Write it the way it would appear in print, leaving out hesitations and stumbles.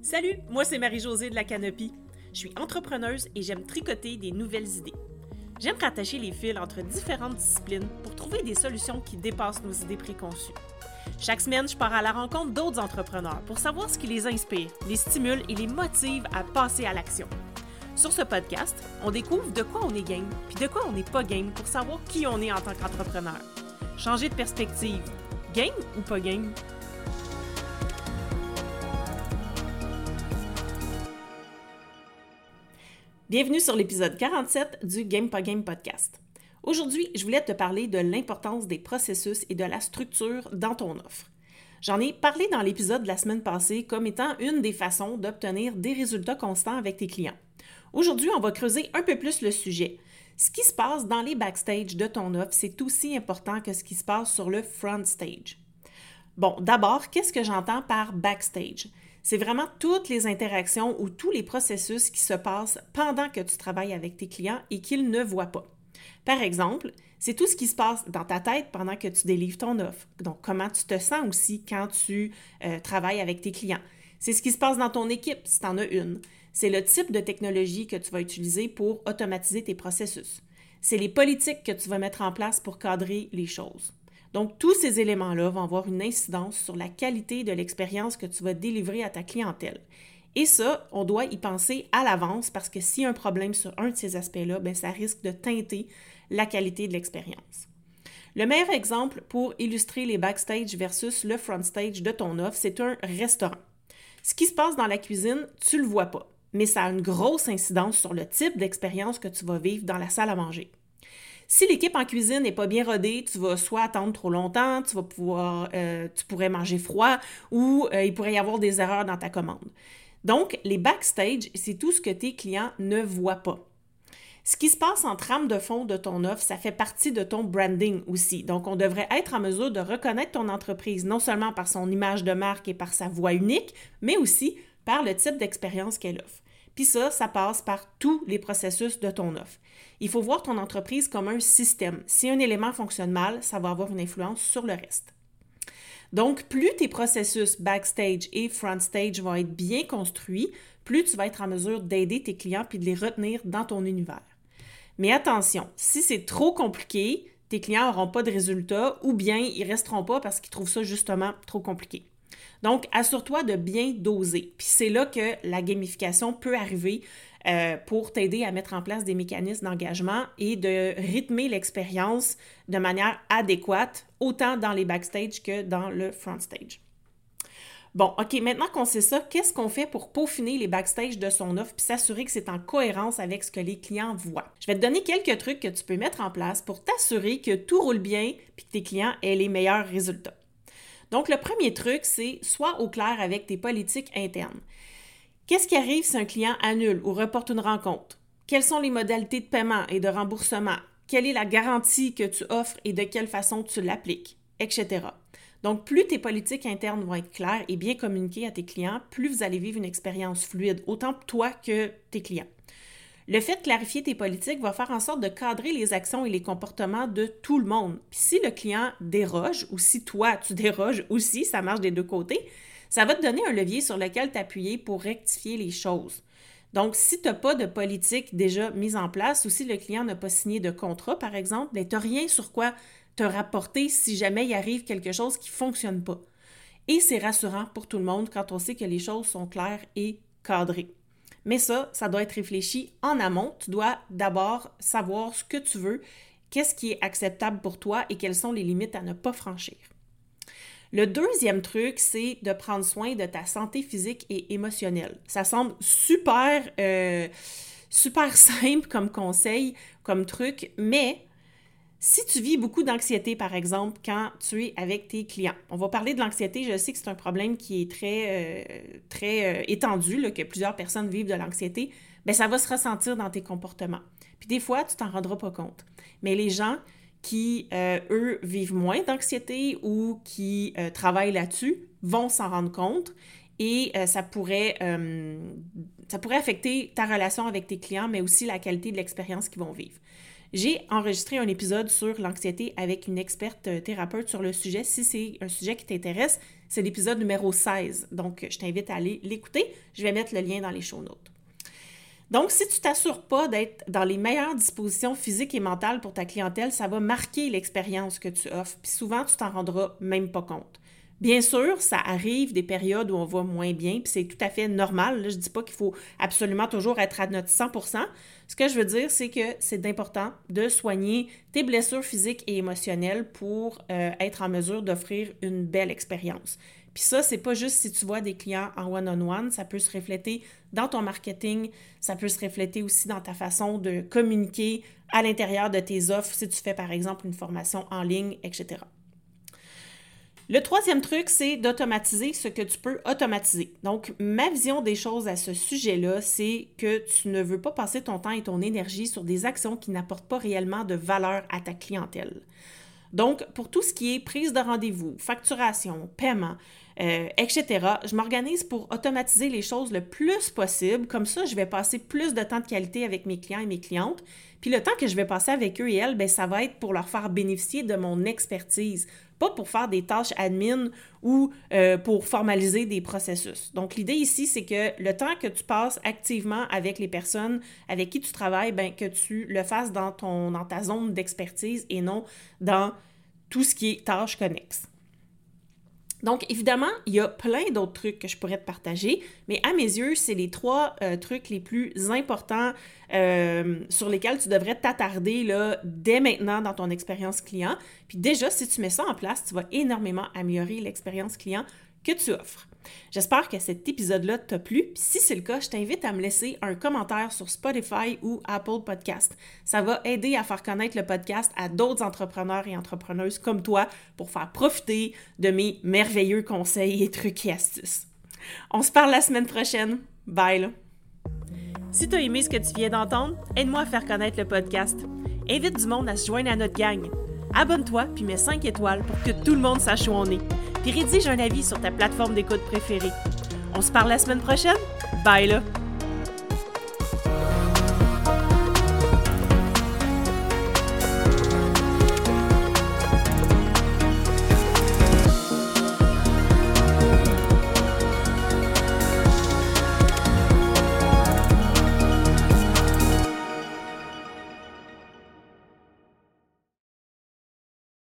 Salut, moi c'est Marie-Josée de la Canopy. Je suis entrepreneuse et j'aime tricoter des nouvelles idées. J'aime rattacher les fils entre différentes disciplines pour trouver des solutions qui dépassent nos idées préconçues. Chaque semaine, je pars à la rencontre d'autres entrepreneurs pour savoir ce qui les inspire, les stimule et les motive à passer à l'action. Sur ce podcast, on découvre de quoi on est game puis de quoi on n'est pas game pour savoir qui on est en tant qu'entrepreneur. Changer de perspective, game ou pas game? Bienvenue sur l'épisode 47 du Game Pas Game podcast. Aujourd'hui, je voulais te parler de l'importance des processus et de la structure dans ton offre. J'en ai parlé dans l'épisode de la semaine passée comme étant une des façons d'obtenir des résultats constants avec tes clients. Aujourd'hui, on va creuser un peu plus le sujet. Ce qui se passe dans les backstage de ton offre, c'est aussi important que ce qui se passe sur le front stage. Bon, d'abord, qu'est-ce que j'entends par backstage? C'est vraiment toutes les interactions ou tous les processus qui se passent pendant que tu travailles avec tes clients et qu'ils ne voient pas. Par exemple, c'est tout ce qui se passe dans ta tête pendant que tu délivres ton offre. Donc, comment tu te sens aussi quand tu travailles avec tes clients. C'est ce qui se passe dans ton équipe, si tu en as une. C'est le type de technologie que tu vas utiliser pour automatiser tes processus. C'est les politiques que tu vas mettre en place pour cadrer les choses. Donc, tous ces éléments-là vont avoir une incidence sur la qualité de l'expérience que tu vas délivrer à ta clientèle. Et ça, on doit y penser à l'avance parce que s'il y a un problème sur un de ces aspects-là, bien, ça risque de teinter la qualité de l'expérience. Le meilleur exemple pour illustrer les backstage versus le front stage de ton offre, c'est un restaurant. Ce qui se passe dans la cuisine, tu ne le vois pas, mais ça a une grosse incidence sur le type d'expérience que tu vas vivre dans la salle à manger. Si l'équipe en cuisine n'est pas bien rodée, tu vas soit attendre trop longtemps, tu pourrais manger froid ou il pourrait y avoir des erreurs dans ta commande. Donc, les backstage, c'est tout ce que tes clients ne voient pas. Ce qui se passe en trame de fond de ton offre, ça fait partie de ton branding aussi. Donc, on devrait être en mesure de reconnaître ton entreprise, non seulement par son image de marque et par sa voix unique, mais aussi par le type d'expérience qu'elle offre. Puis ça passe par tous les processus de ton offre. Il faut voir ton entreprise comme un système. Si un élément fonctionne mal, ça va avoir une influence sur le reste. Donc, plus tes processus backstage et front stage vont être bien construits, plus tu vas être en mesure d'aider tes clients puis de les retenir dans ton univers. Mais attention, si c'est trop compliqué, tes clients n'auront pas de résultats ou bien ils ne resteront pas parce qu'ils trouvent ça justement trop compliqué. Donc, assure-toi de bien doser. Puis c'est là que la gamification peut arriver pour t'aider à mettre en place des mécanismes d'engagement et de rythmer l'expérience de manière adéquate, autant dans les backstage que dans le front stage. Bon, OK, maintenant qu'on sait ça, qu'est-ce qu'on fait pour peaufiner les backstage de son offre puis s'assurer que c'est en cohérence avec ce que les clients voient? Je vais te donner quelques trucs que tu peux mettre en place pour t'assurer que tout roule bien puis que tes clients aient les meilleurs résultats. Donc, le premier truc, c'est sois au clair avec tes politiques internes. Qu'est-ce qui arrive si un client annule ou reporte une rencontre? Quelles sont les modalités de paiement et de remboursement? Quelle est la garantie que tu offres et de quelle façon tu l'appliques? Etc. Donc, plus tes politiques internes vont être claires et bien communiquées à tes clients, plus vous allez vivre une expérience fluide, autant pour toi que tes clients. Le fait de clarifier tes politiques va faire en sorte de cadrer les actions et les comportements de tout le monde. Puis si le client déroge ou si toi, tu déroges aussi, ça marche des deux côtés, ça va te donner un levier sur lequel t'appuyer pour rectifier les choses. Donc, si tu n'as pas de politique déjà mise en place ou si le client n'a pas signé de contrat, par exemple, tu n'as rien sur quoi te rapporter si jamais il arrive quelque chose qui ne fonctionne pas. Et c'est rassurant pour tout le monde quand on sait que les choses sont claires et cadrées. Mais ça doit être réfléchi en amont. Tu dois d'abord savoir ce que tu veux, qu'est-ce qui est acceptable pour toi et quelles sont les limites à ne pas franchir. Le deuxième truc, c'est de prendre soin de ta santé physique et émotionnelle. Ça semble super simple comme conseil, comme truc, mais si tu vis beaucoup d'anxiété, par exemple, quand tu es avec tes clients, on va parler de l'anxiété, je sais que c'est un problème qui est très étendu, là, que plusieurs personnes vivent de l'anxiété, bien, ça va se ressentir dans tes comportements. Puis des fois, tu t'en rendras pas compte. Mais les gens qui, eux, vivent moins d'anxiété ou qui travaillent là-dessus vont s'en rendre compte et ça pourrait affecter ta relation avec tes clients, mais aussi la qualité de l'expérience qu'ils vont vivre. J'ai enregistré un épisode sur l'anxiété avec une experte thérapeute sur le sujet. Si c'est un sujet qui t'intéresse, C'est l'épisode numéro 16. Donc, je t'invite à aller l'écouter. Je vais mettre le lien dans les show notes. Donc, si tu ne t'assures pas d'être dans les meilleures dispositions physiques et mentales pour ta clientèle, ça va marquer l'expérience que tu offres. Puis souvent, tu t'en rendras même pas compte. Bien sûr, ça arrive des périodes où on va moins bien, puis c'est tout à fait normal. Là, je ne dis pas qu'il faut absolument toujours être à notre 100%. Ce que je veux dire, c'est que c'est important de soigner tes blessures physiques et émotionnelles pour être en mesure d'offrir une belle expérience. Puis ça, c'est pas juste si tu vois des clients en one-on-one, ça peut se refléter dans ton marketing, ça peut se refléter aussi dans ta façon de communiquer à l'intérieur de tes offres, si tu fais par exemple une formation en ligne, etc. Le troisième truc, c'est d'automatiser ce que tu peux automatiser. Donc, ma vision des choses à ce sujet-là, c'est que tu ne veux pas passer ton temps et ton énergie sur des actions qui n'apportent pas réellement de valeur à ta clientèle. Donc, pour tout ce qui est prise de rendez-vous, facturation, paiement, etc., je m'organise pour automatiser les choses le plus possible. Comme ça, je vais passer plus de temps de qualité avec mes clients et mes clientes. Puis le temps que je vais passer avec eux et elles, bien, ça va être pour leur faire bénéficier de mon expertise, pas pour faire des tâches admin ou pour formaliser des processus. Donc, l'idée ici, c'est que le temps que tu passes activement avec les personnes avec qui tu travailles, bien, que tu le fasses dans ta zone d'expertise et non dans tout ce qui est tâches connexes. Donc, évidemment, il y a plein d'autres trucs que je pourrais te partager, mais à mes yeux, c'est les 3 trucs les plus importants sur lesquels tu devrais t'attarder là, dès maintenant dans ton expérience client. Puis déjà, si tu mets ça en place, tu vas énormément améliorer l'expérience client que tu offres. J'espère que cet épisode-là t'a plu. Puis si c'est le cas, je t'invite à me laisser un commentaire sur Spotify ou Apple Podcast. Ça va aider à faire connaître le podcast à d'autres entrepreneurs et entrepreneuses comme toi pour faire profiter de mes merveilleux conseils et trucs et astuces. On se parle la semaine prochaine. Bye là! Si tu as aimé ce que tu viens d'entendre, aide-moi à faire connaître le podcast. Invite du monde à se joindre à notre gang. Abonne-toi puis mets 5 étoiles pour que tout le monde sache où on est. Puis rédige un avis sur ta plateforme d'écoute préférée. On se parle la semaine prochaine? Bye là!